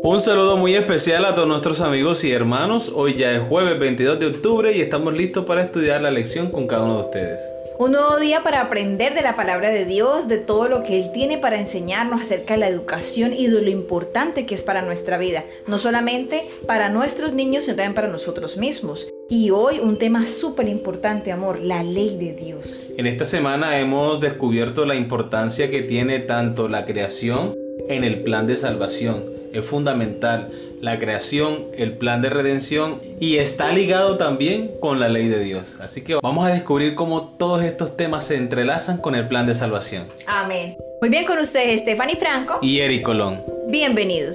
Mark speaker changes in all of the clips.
Speaker 1: Un saludo muy especial a todos nuestros amigos y hermanos. Hoy ya es jueves 22 de octubre y estamos listos para estudiar la lección con cada uno de ustedes.
Speaker 2: Un nuevo día para aprender de la palabra de Dios, de todo lo que Él tiene para enseñarnos acerca de la educación y de lo importante que es para nuestra vida. No solamente para nuestros niños, sino también para nosotros mismos. Y hoy un tema súper importante, amor, la ley de Dios.
Speaker 1: En esta semana hemos descubierto la importancia que tiene tanto la creación en el plan de salvación. Es fundamental la creación, el plan de redención y está ligado también con la ley de Dios. Así que vamos a descubrir cómo todos estos temas se entrelazan con el plan de salvación.
Speaker 2: Amén. Muy bien, con ustedes Stephanie Franco
Speaker 1: y Eric Colón.
Speaker 2: Bienvenidos.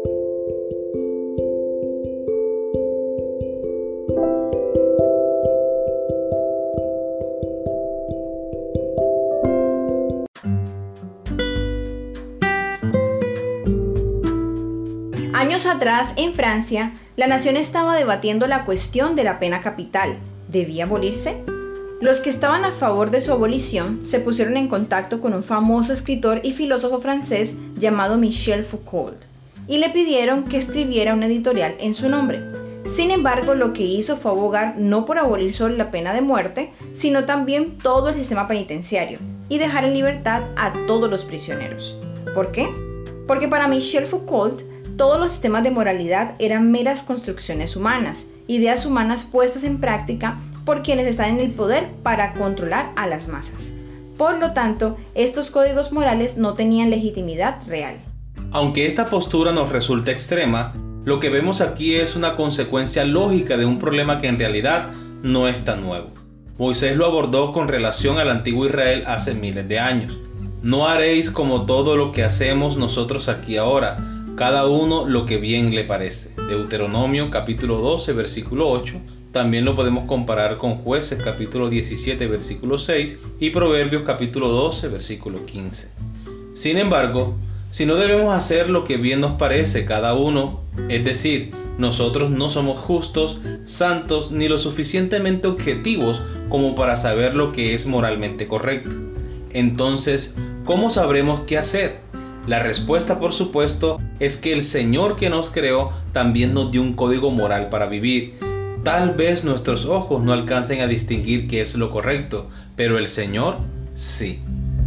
Speaker 2: Años atrás, en Francia, la nación estaba debatiendo la cuestión de la pena capital. ¿Debía abolirse? Los que estaban a favor de su abolición se pusieron en contacto con un famoso escritor y filósofo francés llamado Michel Foucault y le pidieron que escribiera un editorial en su nombre. Sin embargo, lo que hizo fue abogar no por abolir solo la pena de muerte, sino también todo el sistema penitenciario y dejar en libertad a todos los prisioneros. ¿Por qué? Porque para Michel Foucault, todos los sistemas de moralidad eran meras construcciones humanas, ideas humanas puestas en práctica por quienes están en el poder para controlar a las masas. Por lo tanto, estos códigos morales no tenían legitimidad real.
Speaker 1: Aunque esta postura nos resulta extrema, lo que vemos aquí es una consecuencia lógica de un problema que en realidad no es tan nuevo. Moisés lo abordó con relación al antiguo Israel hace miles de años. No haréis como todo lo que hacemos nosotros aquí ahora, cada uno lo que bien le parece. Deuteronomio capítulo 12 versículo 8. También lo podemos comparar con Jueces capítulo 17 versículo 6 y Proverbios capítulo 12 versículo 15. Sin embargo, si no debemos hacer lo que bien nos parece cada uno, es decir, nosotros no somos justos, santos ni lo suficientemente objetivos como para saber lo que es moralmente correcto. Entonces, ¿cómo sabremos qué hacer? La respuesta, por supuesto, es que el Señor que nos creó también nos dio un código moral para vivir. Tal vez nuestros ojos no alcancen a distinguir qué es lo correcto, pero el Señor sí.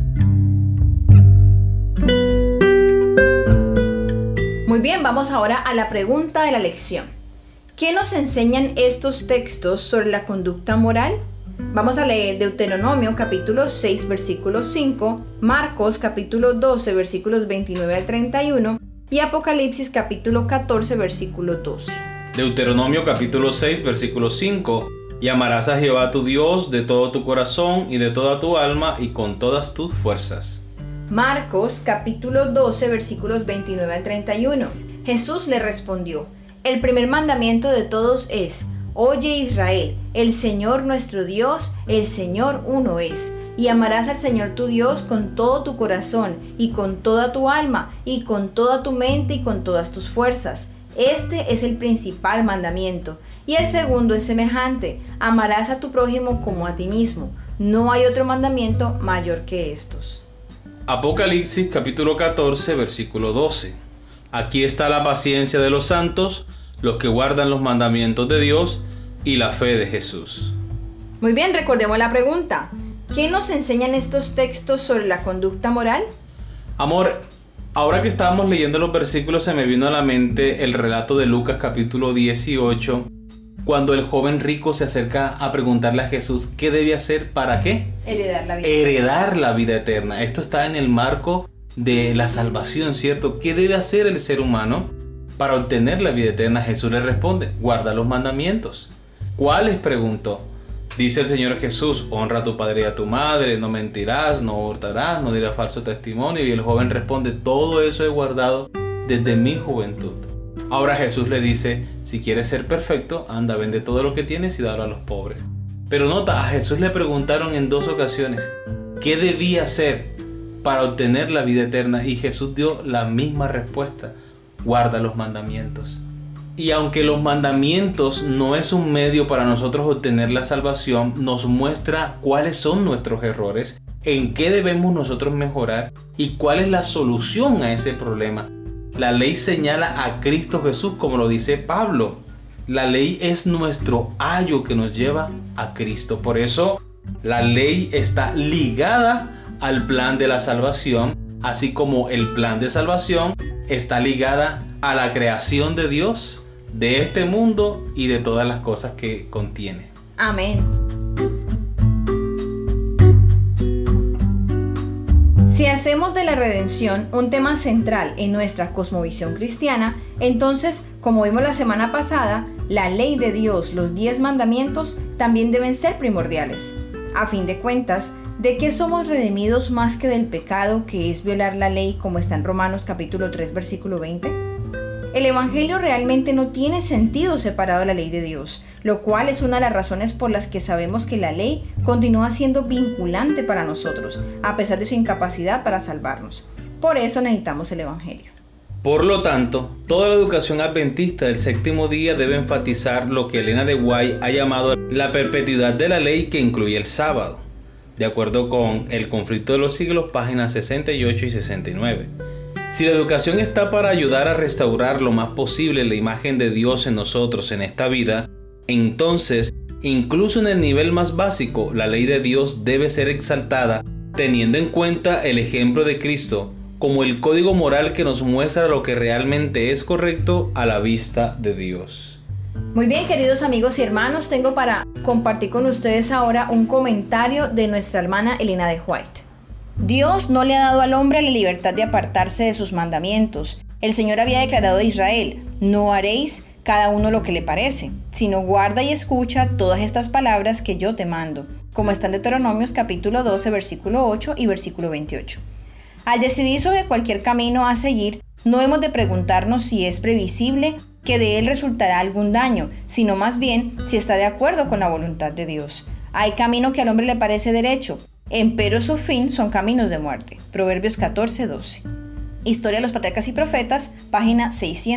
Speaker 2: Muy bien, vamos ahora a la pregunta de la lección. ¿Qué nos enseñan estos textos sobre la conducta moral? Vamos a leer Deuteronomio capítulo 6 versículo 5, Marcos capítulo 12 versículos 29 al 31 y Apocalipsis capítulo 14 versículo 12.
Speaker 1: Deuteronomio capítulo 6 versículo 5. Y amarás a Jehová tu Dios de todo tu corazón y de toda tu alma y con todas tus fuerzas.
Speaker 2: Marcos capítulo 12 versículos 29 al 31. Jesús le respondió: el primer mandamiento de todos es: Oye Israel, el Señor nuestro Dios, el Señor uno es, y amarás al Señor tu Dios con todo tu corazón, y con toda tu alma, y con toda tu mente, y con todas tus fuerzas. Este es el principal mandamiento. Y el segundo es semejante: amarás a tu prójimo como a ti mismo. No hay otro mandamiento mayor que estos.
Speaker 1: Apocalipsis capítulo 14 versículo 12. Aquí está la paciencia de los santos, los que guardan los mandamientos de Dios y la fe de Jesús.
Speaker 2: Muy bien, recordemos la pregunta. ¿Qué nos enseñan estos textos sobre la conducta moral?
Speaker 1: Amor, ahora que estábamos leyendo los versículos se me vino a la mente el relato de Lucas capítulo 18, cuando el joven rico se acerca a preguntarle a Jesús qué debe hacer para qué. Heredar la vida eterna. Esto está en el marco de la salvación, ¿cierto? ¿Qué debe hacer el ser humano para obtener la vida eterna? Jesús le responde: guarda los mandamientos. ¿Cuáles? Preguntó. Dice el Señor Jesús: honra a tu padre y a tu madre, no mentirás, no hurtarás, no dirás falso testimonio. Y el joven responde: todo eso he guardado desde mi juventud. Ahora Jesús le dice: si quieres ser perfecto, anda, vende todo lo que tienes y dalo a los pobres. Pero nota, a Jesús le preguntaron en 2 ocasiones qué debía hacer para obtener la vida eterna, y Jesús dio la misma respuesta: guarda los mandamientos. Y aunque los mandamientos no es un medio para nosotros obtener la salvación, nos muestra cuáles son nuestros errores, en qué debemos nosotros mejorar y cuál es la solución a ese problema. La ley señala a Cristo Jesús, como lo dice Pablo. La ley es nuestro ayo que nos lleva a Cristo. Por eso la ley está ligada al plan de la salvación, así como el plan de salvación está ligada a la creación de Dios, de este mundo y de todas las cosas que contiene.
Speaker 2: Amén. Si hacemos de la redención un tema central en nuestra cosmovisión cristiana, entonces, como vimos la semana pasada, la ley de Dios, los 10 mandamientos, también deben ser primordiales. A fin de cuentas, ¿de qué somos redimidos más que del pecado que es violar la ley, como está en Romanos capítulo 3, versículo 20? El Evangelio realmente no tiene sentido separado de la ley de Dios, lo cual es una de las razones por las que sabemos que la ley continúa siendo vinculante para nosotros, a pesar de su incapacidad para salvarnos. Por eso necesitamos el Evangelio.
Speaker 1: Por lo tanto, toda la educación adventista del séptimo día debe enfatizar lo que Elena de White ha llamado la perpetuidad de la ley, que incluye el sábado, de acuerdo con El conflicto de los siglos, páginas 68 y 69. Si la educación está para ayudar a restaurar lo más posible la imagen de Dios en nosotros en esta vida, entonces, incluso en el nivel más básico, la ley de Dios debe ser exaltada, teniendo en cuenta el ejemplo de Cristo como el código moral que nos muestra lo que realmente es correcto a la vista de Dios.
Speaker 2: Muy bien, queridos amigos y hermanos, tengo para compartir con ustedes ahora un comentario de nuestra hermana Elena de White. Dios no le ha dado al hombre la libertad de apartarse de sus mandamientos. El Señor había declarado a Israel: no haréis cada uno lo que le parece, sino guarda y escucha todas estas palabras que yo te mando, como está en Deuteronomios capítulo 12, versículo 8 y versículo 28. Al decidir sobre cualquier camino a seguir, no hemos de preguntarnos si es previsible que de él resultará algún daño, sino más bien si está de acuerdo con la voluntad de Dios. Hay camino que al hombre le parece derecho, empero su fin son caminos de muerte. Proverbios 14, 12. Historia de los Patriarcas y Profetas, página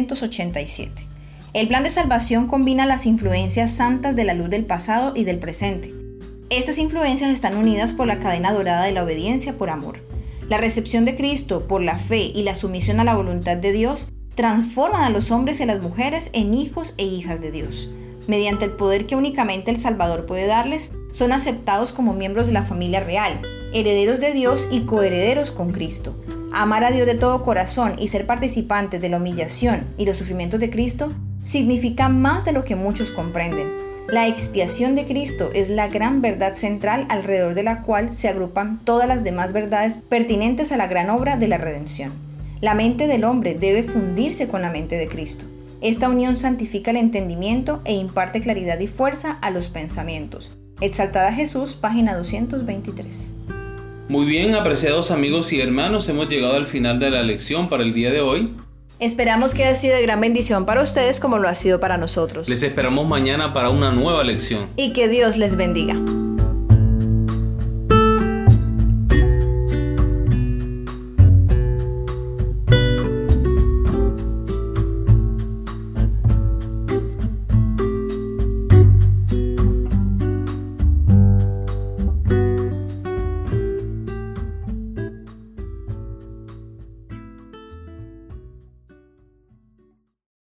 Speaker 2: 687. El plan de salvación combina las influencias santas de la luz del pasado y del presente. Estas influencias están unidas por la cadena dorada de la obediencia por amor. La recepción de Cristo por la fe y la sumisión a la voluntad de Dios transforman a los hombres y a las mujeres en hijos e hijas de Dios. Mediante el poder que únicamente el Salvador puede darles, son aceptados como miembros de la familia real, herederos de Dios y coherederos con Cristo. Amar a Dios de todo corazón y ser participantes de la humillación y los sufrimientos de Cristo significa más de lo que muchos comprenden. La expiación de Cristo es la gran verdad central alrededor de la cual se agrupan todas las demás verdades pertinentes a la gran obra de la redención. La mente del hombre debe fundirse con la mente de Cristo. Esta unión santifica el entendimiento e imparte claridad y fuerza a los pensamientos. Exaltada Jesús, página 223.
Speaker 1: Muy bien, apreciados amigos y hermanos, hemos llegado al final de la lección para el día de hoy.
Speaker 2: Esperamos que haya sido de gran bendición para ustedes como lo ha sido para nosotros.
Speaker 1: Les esperamos mañana para una nueva lección.
Speaker 2: Y que Dios les bendiga.